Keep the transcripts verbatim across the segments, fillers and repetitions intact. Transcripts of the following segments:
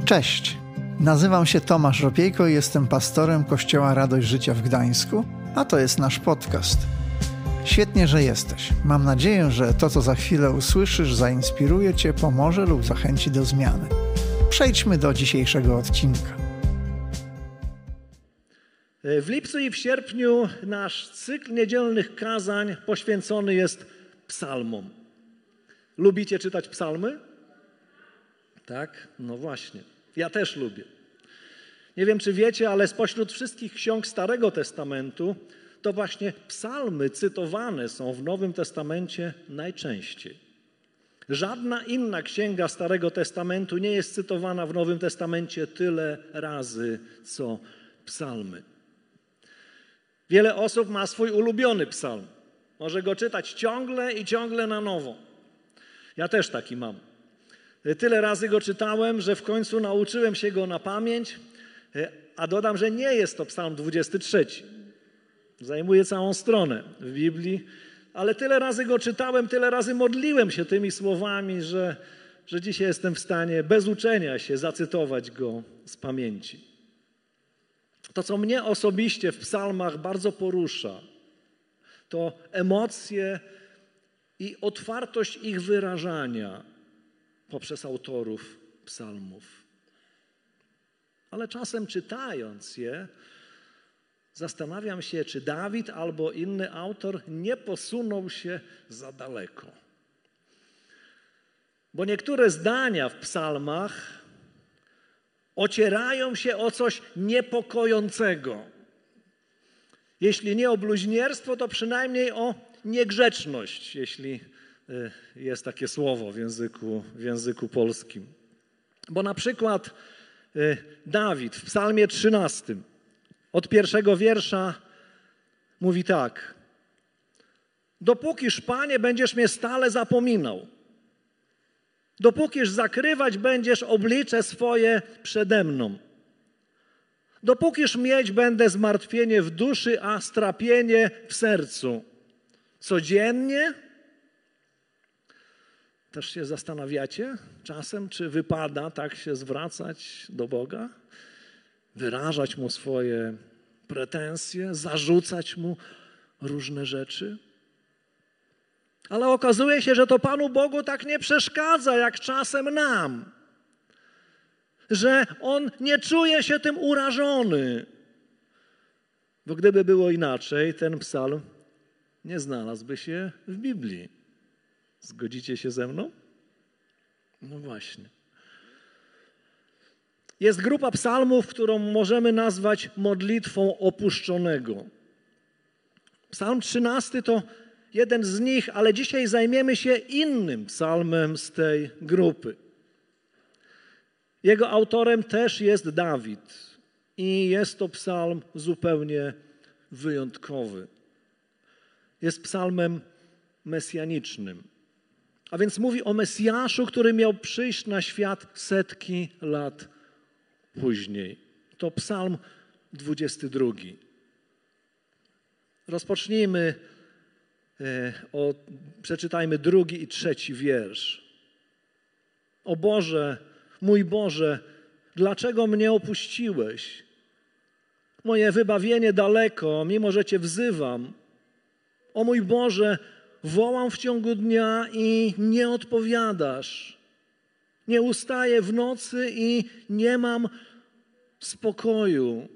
Cześć, nazywam się Tomasz Ropiejko i jestem pastorem Kościoła Radość Życia w Gdańsku, a to jest nasz podcast. Świetnie, że jesteś. Mam nadzieję, że to, co za chwilę usłyszysz, zainspiruje Cię, pomoże lub zachęci do zmiany. Przejdźmy do dzisiejszego odcinka. W lipcu i w sierpniu nasz cykl niedzielnych kazań poświęcony jest psalmom. Lubicie czytać psalmy? Tak? No właśnie. Ja też lubię. Nie wiem, czy wiecie, ale spośród wszystkich ksiąg Starego Testamentu to właśnie psalmy cytowane są w Nowym Testamencie najczęściej. Żadna inna księga Starego Testamentu nie jest cytowana w Nowym Testamencie tyle razy, co psalmy. Wiele osób ma swój ulubiony psalm. Może go czytać ciągle i ciągle na nowo. Ja też taki mam. Tyle razy go czytałem, że w końcu nauczyłem się go na pamięć, a dodam, że nie jest to psalm dwudziesty trzeci. Zajmuje całą stronę w Biblii, ale tyle razy go czytałem, tyle razy modliłem się tymi słowami, że, że dzisiaj jestem w stanie bez uczenia się zacytować go z pamięci. To, co mnie osobiście w psalmach bardzo porusza, to emocje i otwartość ich wyrażania poprzez autorów psalmów. Ale czasem czytając je, zastanawiam się, czy Dawid albo inny autor nie posunął się za daleko. Bo niektóre zdania w psalmach ocierają się o coś niepokojącego. Jeśli nie o bluźnierstwo, to przynajmniej o niegrzeczność, jeśli jest takie słowo w języku, w języku polskim. Bo na przykład Dawid w psalmie trzynastym od pierwszego wiersza mówi tak: dopókiż, Panie, będziesz mnie stale zapominał, dopókiż zakrywać będziesz oblicze swoje przede mną, dopókiż mieć będę zmartwienie w duszy, a strapienie w sercu. Codziennie? Też się zastanawiacie czasem, czy wypada tak się zwracać do Boga? Wyrażać Mu swoje pretensje, zarzucać Mu różne rzeczy? Ale okazuje się, że to Panu Bogu tak nie przeszkadza, jak czasem nam. Że On nie czuje się tym urażony. Bo gdyby było inaczej, ten psalm nie znalazłby się w Biblii. Zgodzicie się ze mną? No właśnie. Jest grupa psalmów, którą możemy nazwać modlitwą opuszczonego. Psalm trzynasty to jeden z nich, ale dzisiaj zajmiemy się innym psalmem z tej grupy. Jego autorem też jest Dawid i jest to psalm zupełnie wyjątkowy. Jest psalmem mesjanicznym. A więc mówi o Mesjaszu, który miał przyjść na świat setki lat później. To psalm dwudziesty drugi. Rozpocznijmy, e, o, przeczytajmy drugi i trzeci wiersz. O Boże, mój Boże, dlaczego mnie opuściłeś? Moje wybawienie daleko, mimo że Cię wzywam. O mój Boże, wołam w ciągu dnia i nie odpowiadasz. Nie ustaję w nocy i nie mam spokoju.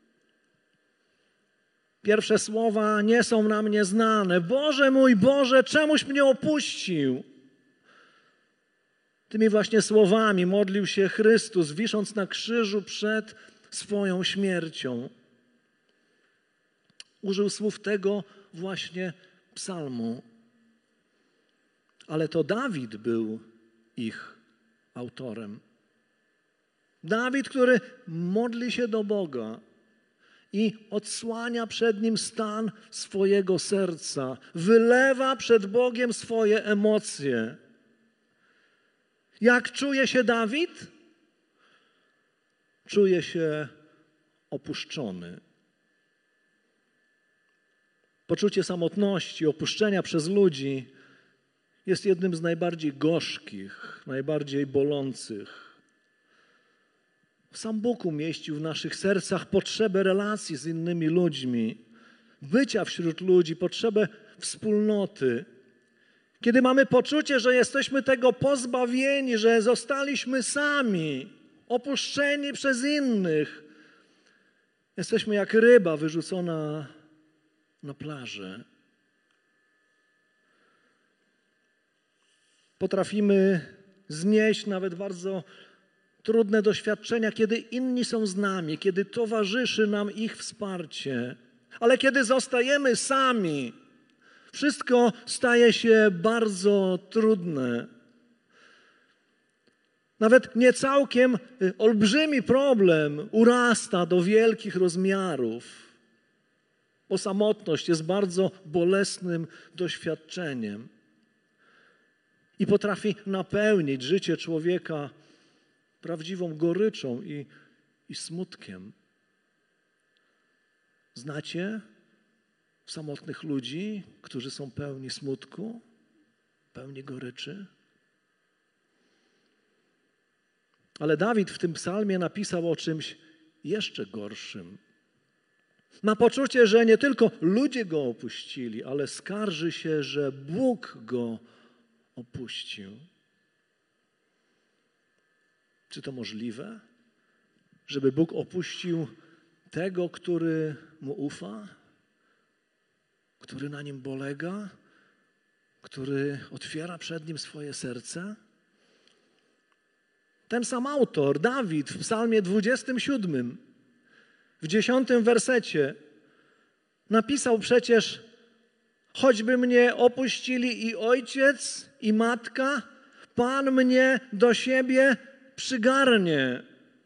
Pierwsze słowa nie są nam nieznane. Boże mój, Boże, czemuś mnie opuścił? Tymi właśnie słowami modlił się Chrystus, wisząc na krzyżu przed swoją śmiercią. Użył słów tego właśnie psalmu. Ale to Dawid był ich autorem. Dawid, który modli się do Boga i odsłania przed Nim stan swojego serca. Wylewa przed Bogiem swoje emocje. Jak czuje się Dawid? Czuje się opuszczony. Poczucie samotności, opuszczenia przez ludzi jest jednym z najbardziej gorzkich, najbardziej bolących Sam Bóg umieścił w naszych sercach potrzebę relacji z innymi ludźmi, bycia wśród ludzi, potrzebę wspólnoty. Kiedy mamy poczucie, że jesteśmy tego pozbawieni, że zostaliśmy sami, opuszczeni przez innych, jesteśmy jak ryba wyrzucona na plażę. Potrafimy znieść nawet bardzo trudne doświadczenia, kiedy inni są z nami, kiedy towarzyszy nam ich wsparcie. Ale kiedy zostajemy sami, wszystko staje się bardzo trudne. Nawet nie całkiem olbrzymi problem urasta do wielkich rozmiarów, bo samotność jest bardzo bolesnym doświadczeniem i potrafi napełnić życie człowieka prawdziwą goryczą i, i smutkiem. Znacie samotnych ludzi, którzy są pełni smutku, pełni goryczy? Ale Dawid w tym psalmie napisał o czymś jeszcze gorszym. Ma poczucie, że nie tylko ludzie go opuścili, ale skarży się, że Bóg go opuścił. Czy to możliwe, żeby Bóg opuścił tego, który mu ufa, który na nim polega, który otwiera przed nim swoje serce? Ten sam autor, Dawid, w psalmie dwudziestym siódmym, w dziesiątym wersecie napisał przecież: choćby mnie opuścili i ojciec, i matka, Pan mnie do siebie przygarnie.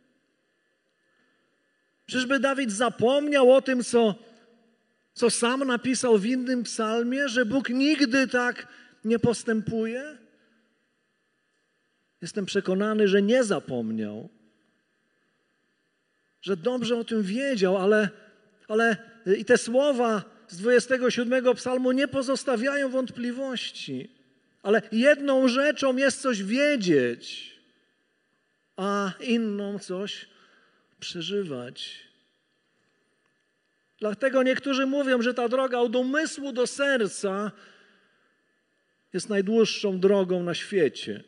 Czyżby Dawid zapomniał o tym, co, co sam napisał w innym psalmie, że Bóg nigdy tak nie postępuje? Jestem przekonany, że nie zapomniał, że dobrze o tym wiedział, ale, ale i te słowa z dwudziestego siódmego psalmu nie pozostawiają wątpliwości. Ale jedną rzeczą jest coś wiedzieć, a inną coś przeżywać. Dlatego niektórzy mówią, że ta droga od umysłu do serca jest najdłuższą drogą na świecie.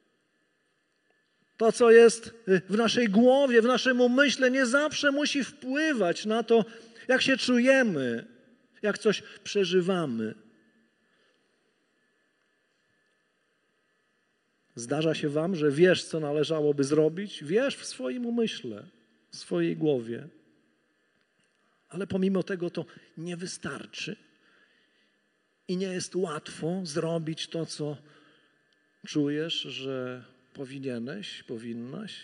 To, co jest w naszej głowie, w naszym umyśle, nie zawsze musi wpływać na to, jak się czujemy, jak coś przeżywamy. Zdarza się wam, że wiesz, co należałoby zrobić? Wiesz w swoim umyśle, w swojej głowie. Ale pomimo tego to nie wystarczy. I nie jest łatwo zrobić to, co czujesz, że powinieneś, powinnaś.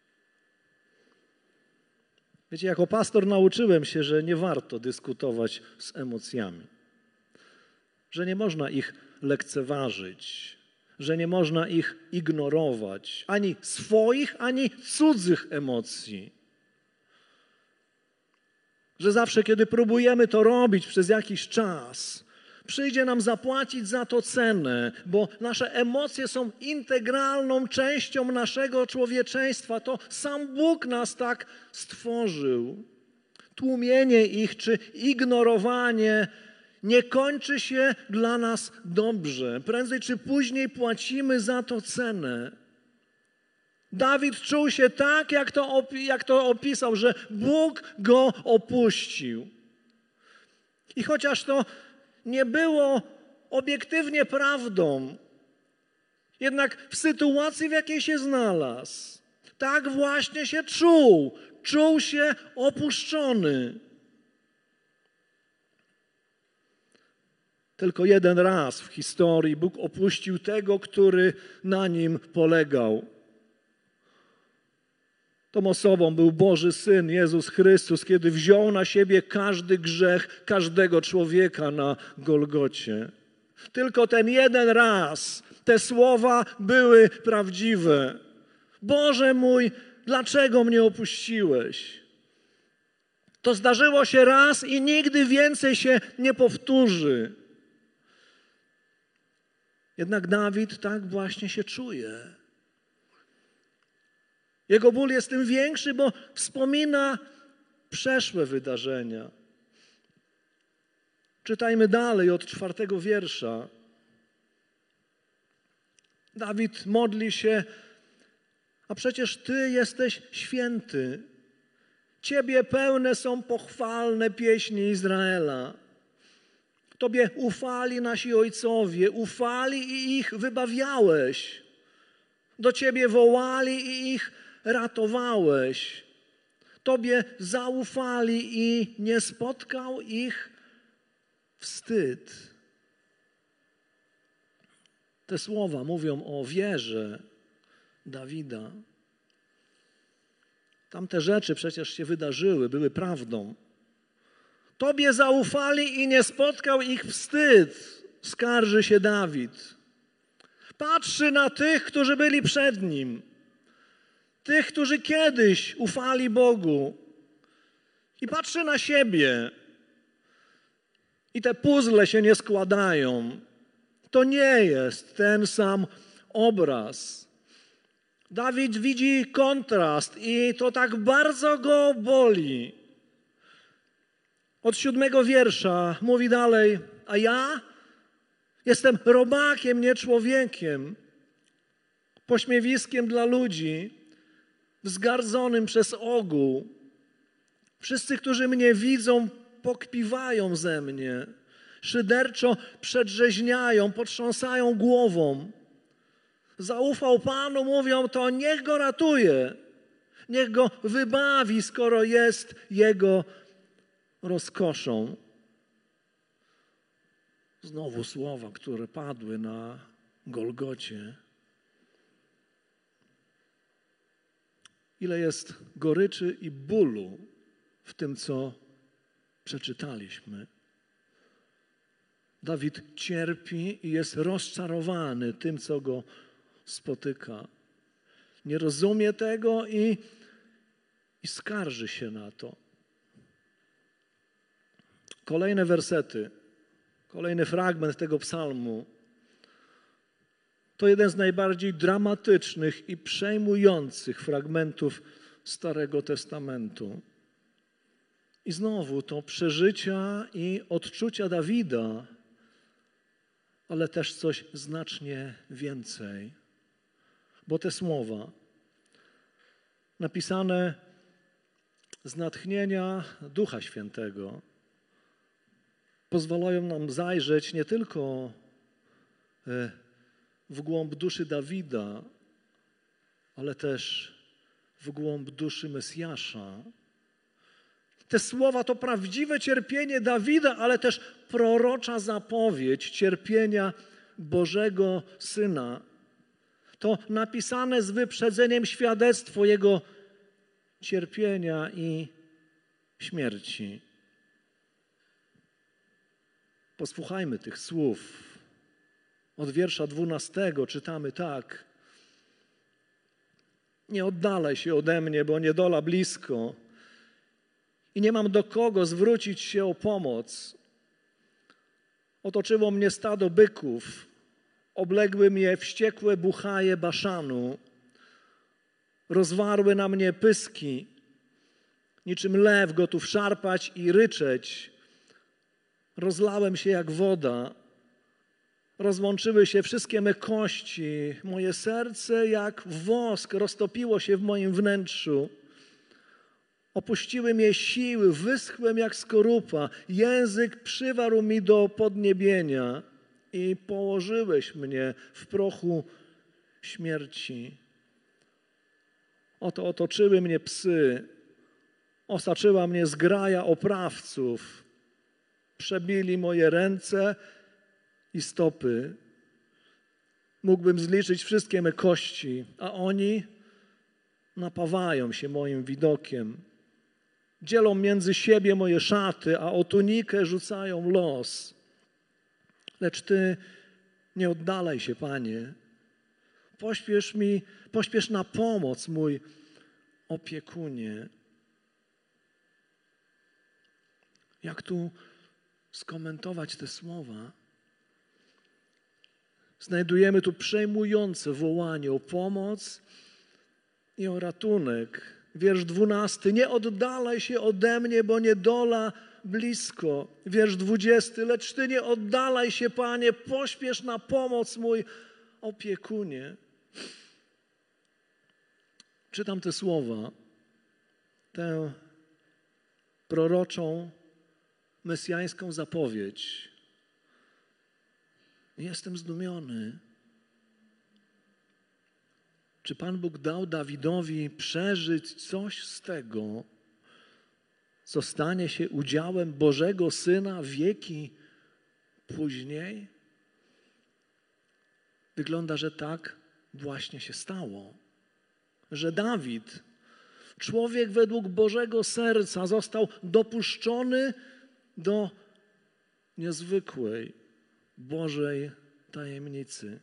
Wiecie, jako pastor nauczyłem się, że nie warto dyskutować z emocjami. Że nie można ich lekceważyć. Że nie można ich ignorować. Ani swoich, ani cudzych emocji. Że zawsze, kiedy próbujemy to robić przez jakiś czas, przyjdzie nam zapłacić za to cenę, bo nasze emocje są integralną częścią naszego człowieczeństwa. To sam Bóg nas tak stworzył. Tłumienie ich czy ignorowanie nie kończy się dla nas dobrze. Prędzej czy później płacimy za to cenę. Dawid czuł się tak, jak to, jak to opisał, że Bóg go opuścił. I chociaż to nie było obiektywnie prawdą, jednak w sytuacji, w jakiej się znalazł, tak właśnie się czuł. Czuł się opuszczony. Tylko jeden raz w historii Bóg opuścił tego, który na nim polegał. Tą osobą był Boży Syn, Jezus Chrystus, kiedy wziął na siebie każdy grzech każdego człowieka na Golgocie. Tylko ten jeden raz te słowa były prawdziwe. Boże mój, dlaczego mnie opuściłeś? To zdarzyło się raz i nigdy więcej się nie powtórzy. Jednak Dawid tak właśnie się czuje. Jego ból jest tym większy, bo wspomina przeszłe wydarzenia. Czytajmy dalej od czwartego wiersza. Dawid modli się: a przecież Ty jesteś święty. Ciebie pełne są pochwalne pieśni Izraela. Tobie ufali nasi ojcowie, ufali i ich wybawiałeś. Do Ciebie wołali i ich ratowałeś. Tobie zaufali i nie spotkał ich wstyd. Te słowa mówią o wierze Dawida. Tamte rzeczy przecież się wydarzyły, były prawdą. Tobie zaufali i nie spotkał ich wstyd, skarży się Dawid. Patrzy na tych, którzy byli przed nim. Tych, którzy kiedyś ufali Bogu. I patrzy na siebie. I te puzzle się nie składają. To nie jest ten sam obraz. Dawid widzi kontrast i to tak bardzo go boli. Od siódmego wiersza mówi dalej: a ja jestem robakiem, nie człowiekiem, pośmiewiskiem dla ludzi, wzgardzonym przez ogół. Wszyscy, którzy mnie widzą, pokpiwają ze mnie, szyderczo przedrzeźniają, potrząsają głową. Zaufał Panu, mówią, to niech go ratuje, niech go wybawi, skoro jest jego rozkoszą. Znowu słowa, które padły na Golgocie. Ile jest goryczy i bólu w tym, co przeczytaliśmy. Dawid cierpi i jest rozczarowany tym, co go spotyka. Nie rozumie tego i, i skarży się na to. Kolejne wersety, kolejny fragment tego psalmu. To jeden z najbardziej dramatycznych i przejmujących fragmentów Starego Testamentu. I znowu to przeżycia i odczucia Dawida, ale też coś znacznie więcej. Bo te słowa napisane z natchnienia Ducha Świętego pozwalają nam zajrzeć nie tylko w głąb duszy Dawida, ale też w głąb duszy Mesjasza. Te słowa to prawdziwe cierpienie Dawida, ale też prorocza zapowiedź cierpienia Bożego Syna. To napisane z wyprzedzeniem świadectwo Jego cierpienia i śmierci. Posłuchajmy tych słów. Od wiersza dwunastego czytamy tak. Nie oddalaj się ode mnie, bo niedola blisko i nie mam do kogo zwrócić się o pomoc. Otoczyło mnie stado byków, obległy mnie wściekłe buchaje Baszanu, rozwarły na mnie pyski, niczym lew gotów szarpać i ryczeć. Rozlałem się jak woda, rozłączyły się wszystkie me kości, moje serce jak wosk roztopiło się w moim wnętrzu. Opuściły mnie siły, wyschłem jak skorupa, język przywarł mi do podniebienia i położyłeś mnie w prochu śmierci. Oto otoczyły mnie psy, osaczyła mnie zgraja oprawców, przebili moje ręce i stopy. Mógłbym zliczyć wszystkie me kości, a oni napawają się moim widokiem. Dzielą między siebie moje szaty, a o tunikę rzucają los. Lecz Ty nie oddalaj się, Panie. Pośpiesz mi, pośpiesz na pomoc, mój opiekunie. Jak tu skomentować te słowa? Znajdujemy tu przejmujące wołanie o pomoc i o ratunek. Wiersz dwunasty. Nie oddalaj się ode mnie, bo niedola blisko. Wiersz dwudziesty. Lecz Ty nie oddalaj się, Panie, pośpiesz na pomoc, mój opiekunie. Czytam te słowa, tę proroczą, mesjańską zapowiedź. Jestem zdumiony. Czy Pan Bóg dał Dawidowi przeżyć coś z tego, co stanie się udziałem Bożego Syna wieki później? Wygląda, że tak właśnie się stało. Że Dawid, człowiek według Bożego serca, został dopuszczony do niezwykłej Bożej tajemnicy.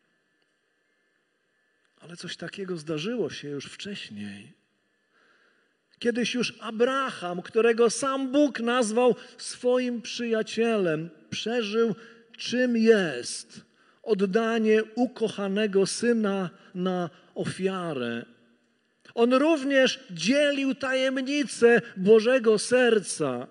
Ale coś takiego zdarzyło się już wcześniej. Kiedyś już Abraham, którego sam Bóg nazwał swoim przyjacielem, przeżył, czym jest oddanie ukochanego syna na ofiarę. On również dzielił tajemnicę Bożego serca.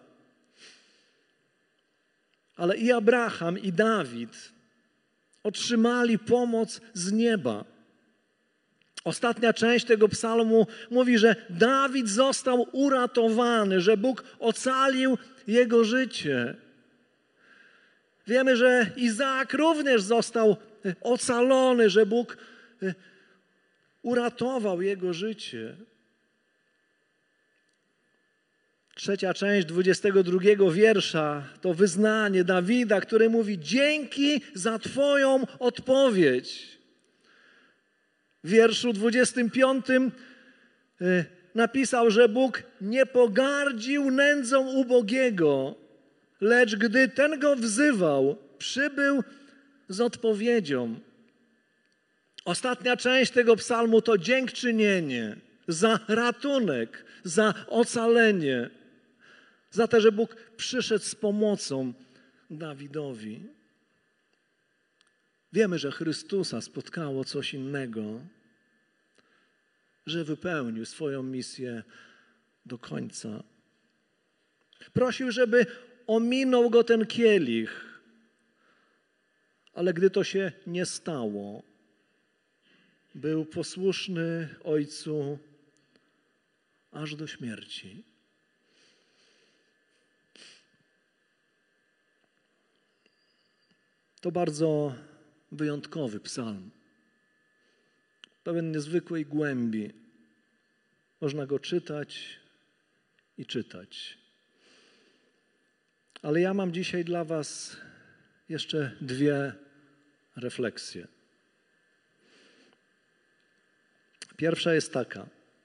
Ale i Abraham, i Dawid otrzymali pomoc z nieba. Ostatnia część tego psalmu mówi, że Dawid został uratowany, że Bóg ocalił jego życie. Wiemy, że Izaak również został ocalony, że Bóg uratował jego życie. Trzecia część dwudziestego drugiego wiersza to wyznanie Dawida, który mówi: dzięki za Twoją odpowiedź. W wierszu dwudziestym piątym napisał, że Bóg nie pogardził nędzą ubogiego, lecz gdy ten go wzywał, przybył z odpowiedzią. Ostatnia część tego psalmu to dziękczynienie za ratunek, za ocalenie, za to, że Bóg przyszedł z pomocą Dawidowi. Wiemy, że Chrystusa spotkało coś innego, że wypełnił swoją misję do końca. Prosił, żeby ominął go ten kielich, ale gdy to się nie stało, był posłuszny Ojcu aż do śmierci. To bardzo wyjątkowy psalm, pełen niezwykłej głębi. Można go czytać i czytać. Ale ja mam dzisiaj dla was jeszcze dwie refleksje. Pierwsza jest taka,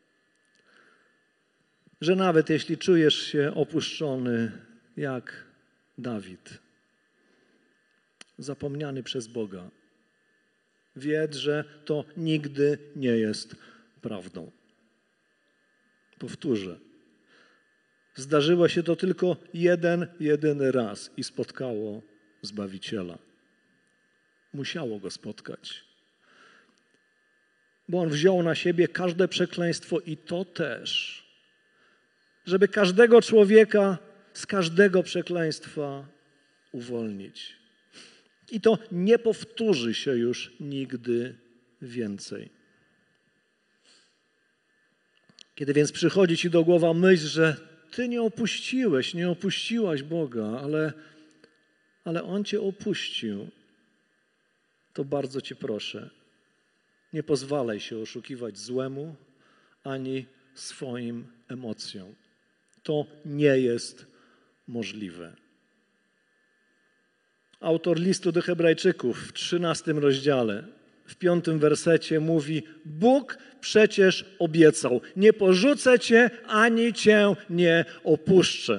że nawet jeśli czujesz się opuszczony jak Dawid, zapomniany przez Boga, wiedz, że to nigdy nie jest prawdą. Powtórzę. Zdarzyło się to tylko jeden, jedyny raz i spotkało Zbawiciela. Musiało go spotkać. Bo On wziął na siebie każde przekleństwo i to też, żeby każdego człowieka z każdego przekleństwa uwolnić. I to nie powtórzy się już nigdy więcej. Kiedy więc przychodzi ci do głowy myśl, że ty nie opuściłeś, nie opuściłaś Boga, ale, ale On cię opuścił, to bardzo cię proszę, nie pozwalaj się oszukiwać złemu ani swoim emocjom. To nie jest możliwe. Autor listu do Hebrajczyków w trzynastym rozdziale, w piątym wersecie mówi: Bóg przecież obiecał, nie porzucę cię, ani cię nie opuszczę.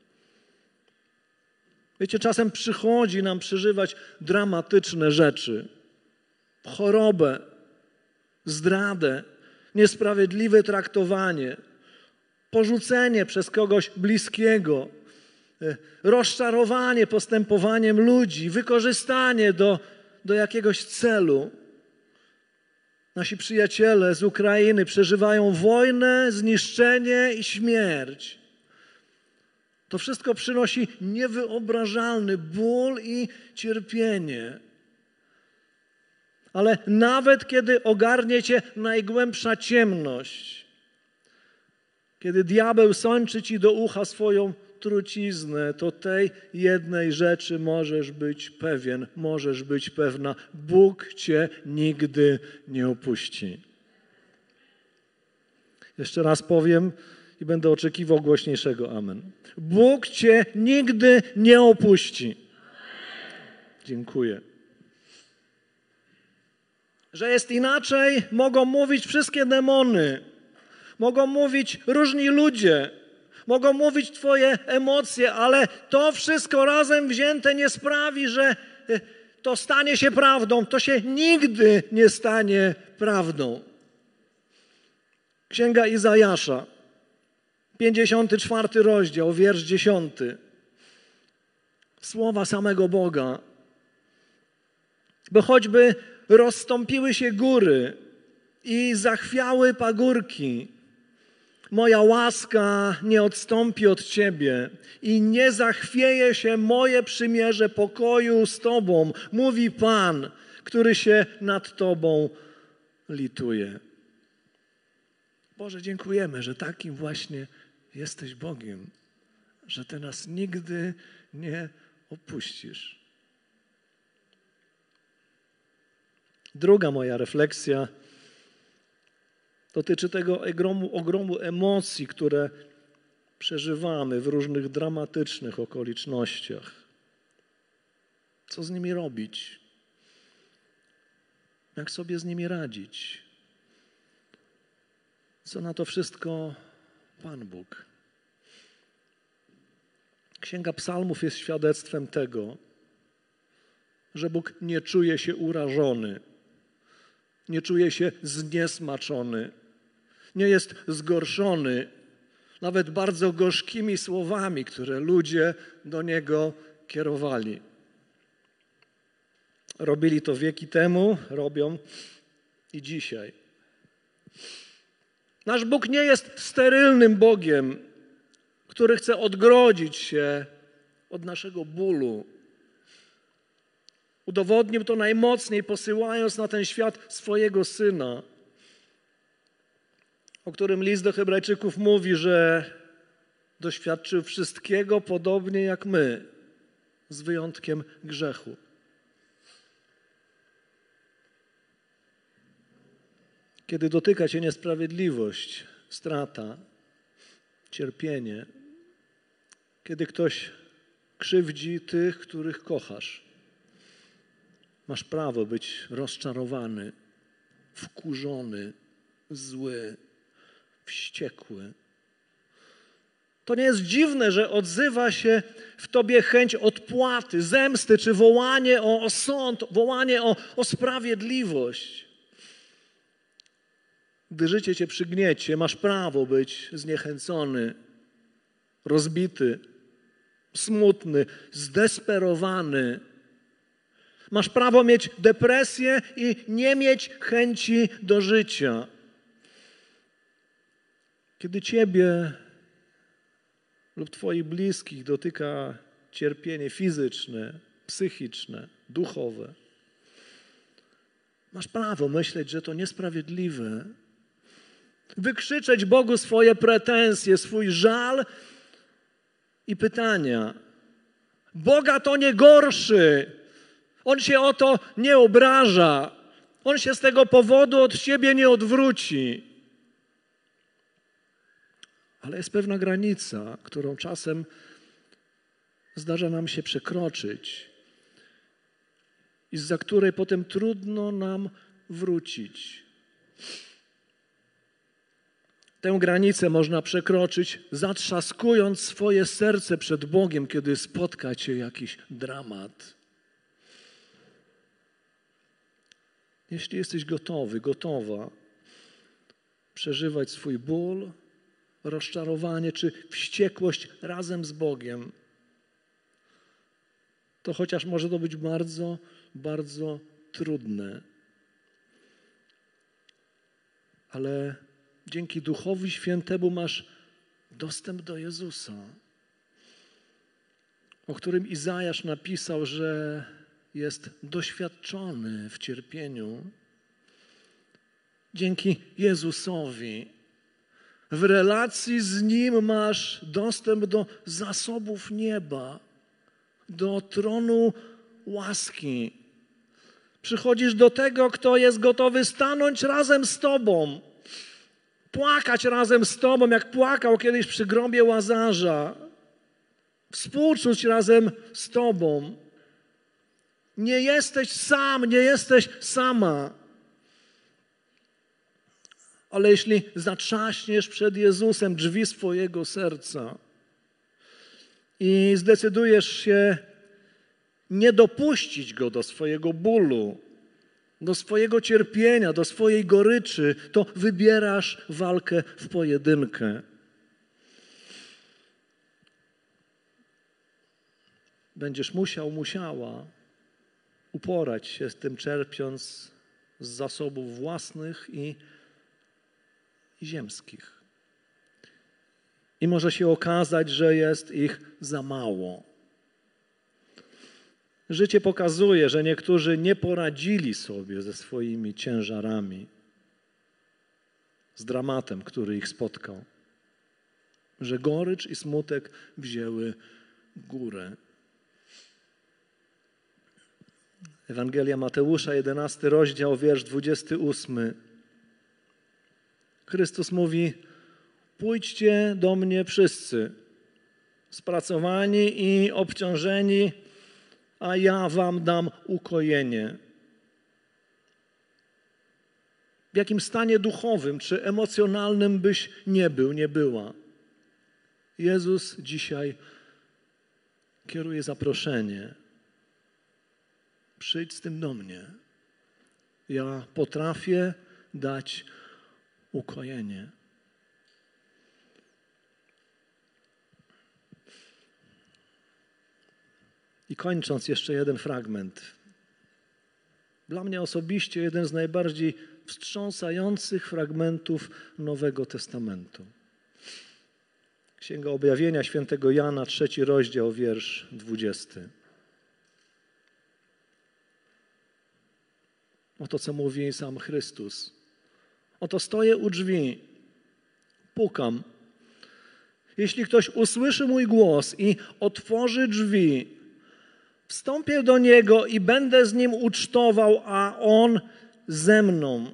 Wiecie, czasem przychodzi nam przeżywać dramatyczne rzeczy. Chorobę, zdradę, niesprawiedliwe traktowanie, porzucenie przez kogoś bliskiego, rozczarowanie postępowaniem ludzi, wykorzystanie do, do jakiegoś celu. Nasi przyjaciele z Ukrainy przeżywają wojnę, zniszczenie i śmierć. To wszystko przynosi niewyobrażalny ból i cierpienie. Ale nawet kiedy ogarnie cię najgłębsza ciemność, kiedy diabeł sączy ci do ucha swoją truciznę, to tej jednej rzeczy możesz być pewien, możesz być pewna. Bóg cię nigdy nie opuści. Jeszcze raz powiem i będę oczekiwał głośniejszego amen. Bóg cię nigdy nie opuści. Dziękuję. Że jest inaczej, mogą mówić wszystkie demony. Mogą mówić różni ludzie. Mogą mówić twoje emocje, ale to wszystko razem wzięte nie sprawi, że to stanie się prawdą. To się nigdy nie stanie prawdą. Księga Izajasza, pięćdziesiąty czwarty rozdział, wiersz dziesiąty. Słowa samego Boga. Bo choćby rozstąpiły się góry i zachwiały pagórki, moja łaska nie odstąpi od ciebie i nie zachwieje się moje przymierze pokoju z tobą, mówi Pan, który się nad tobą lituje. Boże, dziękujemy, że takim właśnie jesteś Bogiem, że Ty nas nigdy nie opuścisz. Druga moja refleksja dotyczy tego ogromu, ogromu emocji, które przeżywamy w różnych dramatycznych okolicznościach. Co z nimi robić? Jak sobie z nimi radzić? Co na to wszystko Pan Bóg? Księga Psalmów jest świadectwem tego, że Bóg nie czuje się urażony, nie czuje się zniesmaczony, nie jest zgorszony nawet bardzo gorzkimi słowami, które ludzie do Niego kierowali. Robili to wieki temu, robią i dzisiaj. Nasz Bóg nie jest sterylnym Bogiem, który chce odgrodzić się od naszego bólu. Udowodnił to najmocniej, posyłając na ten świat swojego Syna, o którym list do Hebrajczyków mówi, że doświadczył wszystkiego podobnie jak my, z wyjątkiem grzechu. Kiedy dotyka cię niesprawiedliwość, strata, cierpienie, kiedy ktoś krzywdzi tych, których kochasz, masz prawo być rozczarowany, wkurzony, zły, wściekły. To nie jest dziwne, że odzywa się w tobie chęć odpłaty, zemsty, czy wołanie o, o sąd, wołanie o, o sprawiedliwość. Gdy życie cię przygniecie, masz prawo być zniechęcony, rozbity, smutny, zdesperowany. Masz prawo mieć depresję i nie mieć chęci do życia. Kiedy ciebie lub twoich bliskich dotyka cierpienie fizyczne, psychiczne, duchowe, masz prawo myśleć, że to niesprawiedliwe. Wykrzyczeć Bogu swoje pretensje, swój żal i pytania. Boga to nie gorszy. On się o to nie obraża. On się z tego powodu od ciebie nie odwróci. Ale jest pewna granica, którą czasem zdarza nam się przekroczyć i zza której potem trudno nam wrócić. Tę granicę można przekroczyć, zatrzaskując swoje serce przed Bogiem, kiedy spotka cię jakiś dramat. Jeśli jesteś gotowy, gotowa przeżywać swój ból, rozczarowanie czy wściekłość razem z Bogiem, to chociaż może to być bardzo, bardzo trudne. ale dzięki Duchowi Świętemu masz dostęp do Jezusa, o którym Izajasz napisał, że jest doświadczony w cierpieniu. Dzięki Jezusowi w relacji z Nim masz dostęp do zasobów nieba, do tronu łaski. Przychodzisz do tego, kto jest gotowy stanąć razem z Tobą, płakać razem z Tobą, jak płakał kiedyś przy grobie Łazarza, współczuć razem z Tobą. Nie jesteś sam, nie jesteś sama. Ale jeśli zatrzaśniesz przed Jezusem drzwi swojego serca i zdecydujesz się nie dopuścić Go do swojego bólu, do swojego cierpienia, do swojej goryczy, to wybierasz walkę w pojedynkę. Będziesz musiał, musiała uporać się z tym, czerpiąc z zasobów własnych i, i ziemskich. I może się okazać, że jest ich za mało. Życie pokazuje, że niektórzy nie poradzili sobie ze swoimi ciężarami, z dramatem, który ich spotkał. Że gorycz i smutek wzięły górę. Ewangelia Mateusza, jedenasty rozdział, wiersz dwudziesty ósmy. Chrystus mówi: pójdźcie do mnie wszyscy, spracowani i obciążeni, a ja wam dam ukojenie. W jakim stanie duchowym czy emocjonalnym byś nie był, nie była, Jezus dzisiaj kieruje zaproszenie. Przyjdź z tym do mnie. Ja potrafię dać ukojenie. I kończąc, jeszcze jeden fragment. Dla mnie osobiście jeden z najbardziej wstrząsających fragmentów Nowego Testamentu. Księga Objawienia świętego Jana, trzeci rozdział, wiersz dwudziesty. Oto co mówi sam Chrystus. Oto stoję u drzwi, pukam. Jeśli ktoś usłyszy mój głos i otworzy drzwi, wstąpię do niego i będę z nim ucztował, a on ze mną.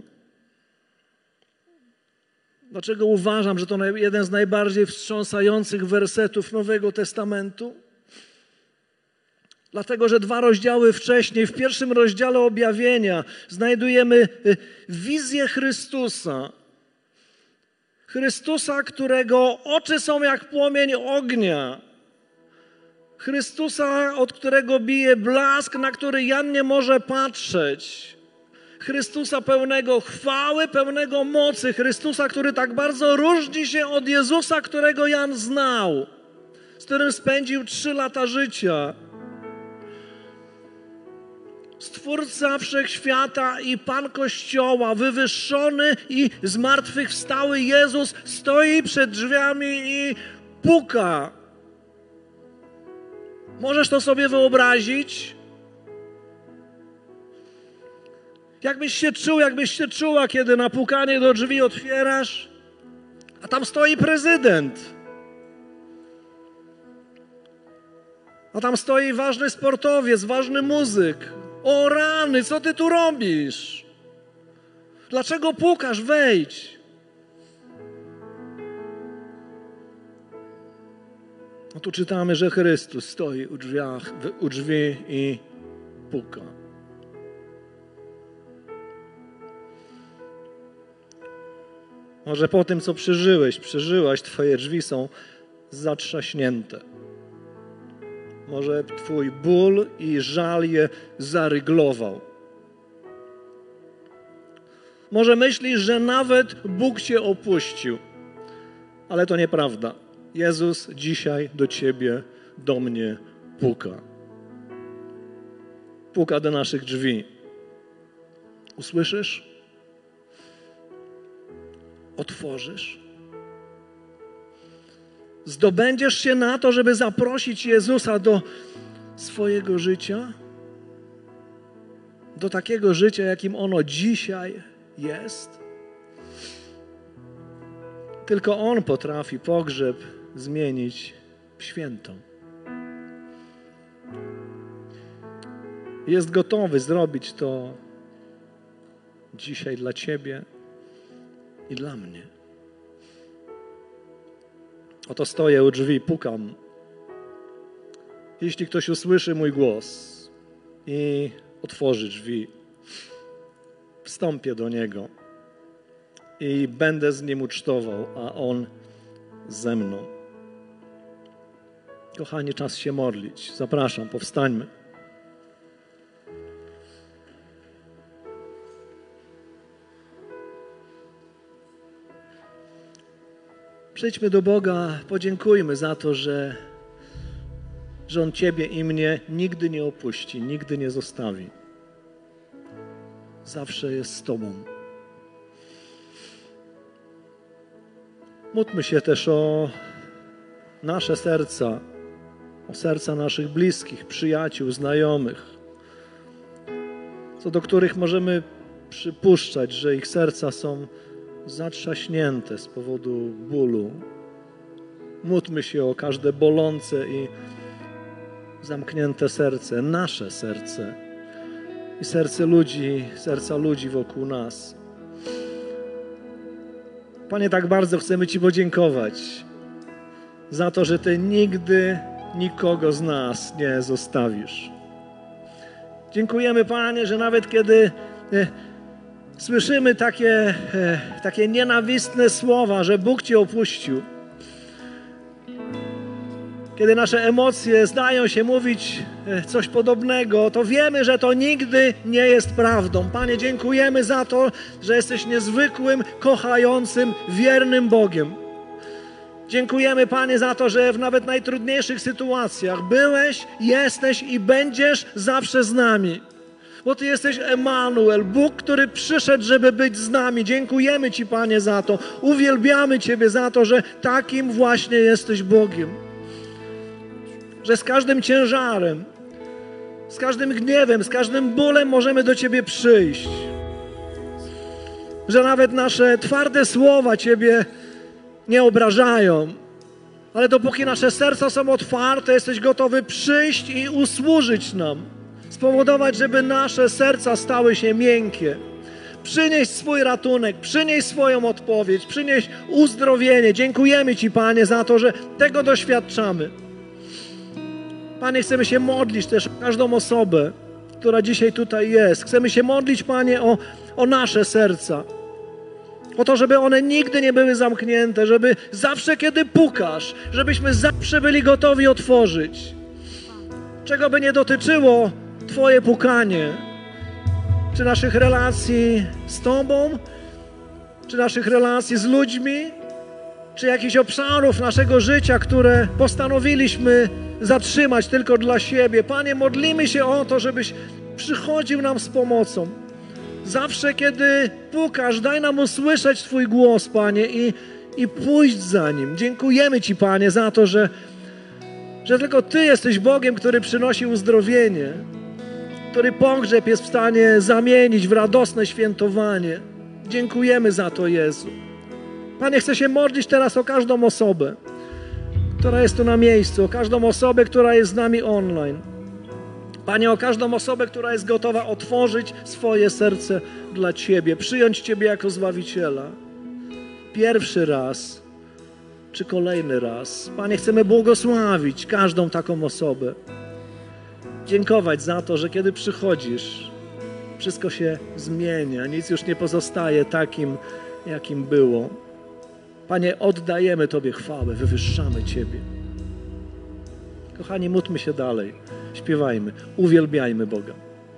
Dlaczego uważam, że to jeden z najbardziej wstrząsających wersetów Nowego Testamentu? Dlatego, że dwa rozdziały wcześniej, w pierwszym rozdziale Objawienia, znajdujemy wizję Chrystusa. Chrystusa, którego oczy są jak płomień ognia. Chrystusa, od którego bije blask, na który Jan nie może patrzeć. Chrystusa pełnego chwały, pełnego mocy. Chrystusa, który tak bardzo różni się od Jezusa, którego Jan znał, z którym spędził trzy lata życia. Stwórca wszechświata i Pan Kościoła, wywyższony i zmartwychwstały Jezus stoi przed drzwiami i puka. Możesz to sobie wyobrazić? Jakbyś się czuł, jakbyś się czuła, kiedy na pukanie do drzwi otwierasz, a tam stoi prezydent. A tam stoi ważny sportowiec, ważny muzyk. O rany, co ty tu robisz? Dlaczego pukasz? Wejdź. No tu czytamy, że Chrystus stoi u, drzwiach, u drzwi i puka. Może po tym, co przeżyłeś, przeżyłaś, twoje drzwi są zatrzaśnięte. Może twój ból i żal je zaryglował. Może myślisz, że nawet Bóg cię opuścił. Ale to nieprawda. Jezus dzisiaj do ciebie, do mnie puka. Puka do naszych drzwi. Usłyszysz? otworzysz? Zdobędziesz się na to, żeby zaprosić Jezusa do swojego życia? Do takiego życia, jakim ono dzisiaj jest? Tylko On potrafi pogrzeb zmienić w święto. Jest gotowy zrobić to dzisiaj dla Ciebie i dla mnie. Oto stoję u drzwi, pukam. Jeśli ktoś usłyszy mój głos i otworzy drzwi, wstąpię do Niego i będę z Nim ucztował, a On ze mną. Kochani, czas się modlić. Zapraszam, powstańmy. Przyjdźmy do Boga, podziękujmy za to, że, że On Ciebie i mnie nigdy nie opuści, nigdy nie zostawi. Zawsze jest z Tobą. Módlmy się też o nasze serca, o serca naszych bliskich, przyjaciół, znajomych, co do których możemy przypuszczać, że ich serca są zatrzaśnięte z powodu bólu. Módlmy się o każde bolące i zamknięte serce, nasze serce i serce ludzi, serca ludzi wokół nas. Panie, tak bardzo chcemy Ci podziękować za to, że Ty nigdy nikogo z nas nie zostawisz. Dziękujemy, Panie, że nawet kiedy e, słyszymy takie, e, takie nienawistne słowa, że Bóg Cię opuścił, kiedy nasze emocje zdają się mówić e, coś podobnego, to wiemy, że to nigdy nie jest prawdą. Panie, dziękujemy za to, że jesteś niezwykłym, kochającym, wiernym Bogiem. Dziękujemy, Panie, za to, że w nawet najtrudniejszych sytuacjach byłeś, jesteś i będziesz zawsze z nami. Bo Ty jesteś Emanuel, Bóg, który przyszedł, żeby być z nami. Dziękujemy Ci, Panie, za to. Uwielbiamy Ciebie za to, że takim właśnie jesteś Bogiem. Że z każdym ciężarem, z każdym gniewem, z każdym bólem możemy do Ciebie przyjść. Że nawet nasze twarde słowa Ciebie nie obrażają. Ale dopóki nasze serca są otwarte, jesteś gotowy przyjść i usłużyć nam. Spowodować, żeby nasze serca stały się miękkie. Przynieść swój ratunek, przynieść swoją odpowiedź, przynieść uzdrowienie. Dziękujemy Ci, Panie, za to, że tego doświadczamy. Panie, chcemy się modlić też o każdą osobę, która dzisiaj tutaj jest. Chcemy się modlić, Panie, o, o nasze serca. O to, żeby one nigdy nie były zamknięte, żeby zawsze, kiedy pukasz, żebyśmy zawsze byli gotowi otworzyć. Czego by nie dotyczyło Twoje pukanie, czy naszych relacji z Tobą, czy naszych relacji z ludźmi, czy jakichś obszarów naszego życia, które postanowiliśmy zatrzymać tylko dla siebie. Panie, modlimy się o to, żebyś przychodził nam z pomocą. Zawsze, kiedy pukasz, daj nam usłyszeć Twój głos, Panie, i, i pójść za Nim. Dziękujemy Ci, Panie, za to, że, że tylko Ty jesteś Bogiem, który przynosi uzdrowienie, który pogrzeb jest w stanie zamienić w radosne świętowanie. Dziękujemy za to, Jezu. Panie, chcę się modlić teraz o każdą osobę, która jest tu na miejscu, o każdą osobę, która jest z nami online. Panie, o każdą osobę, która jest gotowa otworzyć swoje serce dla Ciebie, przyjąć Ciebie jako Zbawiciela. Pierwszy raz, czy kolejny raz. Panie, chcemy błogosławić każdą taką osobę. Dziękować za to, że kiedy przychodzisz, wszystko się zmienia, nic już nie pozostaje takim, jakim było. Panie, oddajemy Tobie chwałę, wywyższamy Ciebie. Kochani, módlmy się dalej, śpiewajmy, uwielbiajmy Boga.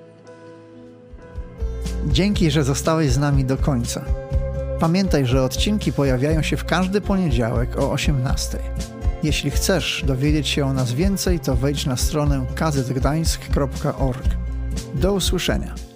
Dzięki, że zostałeś z nami do końca. Pamiętaj, że odcinki pojawiają się w każdy poniedziałek o osiemnastej. Jeśli chcesz dowiedzieć się o nas więcej, to wejdź na stronę kazetgdańsk kropka org. Do usłyszenia.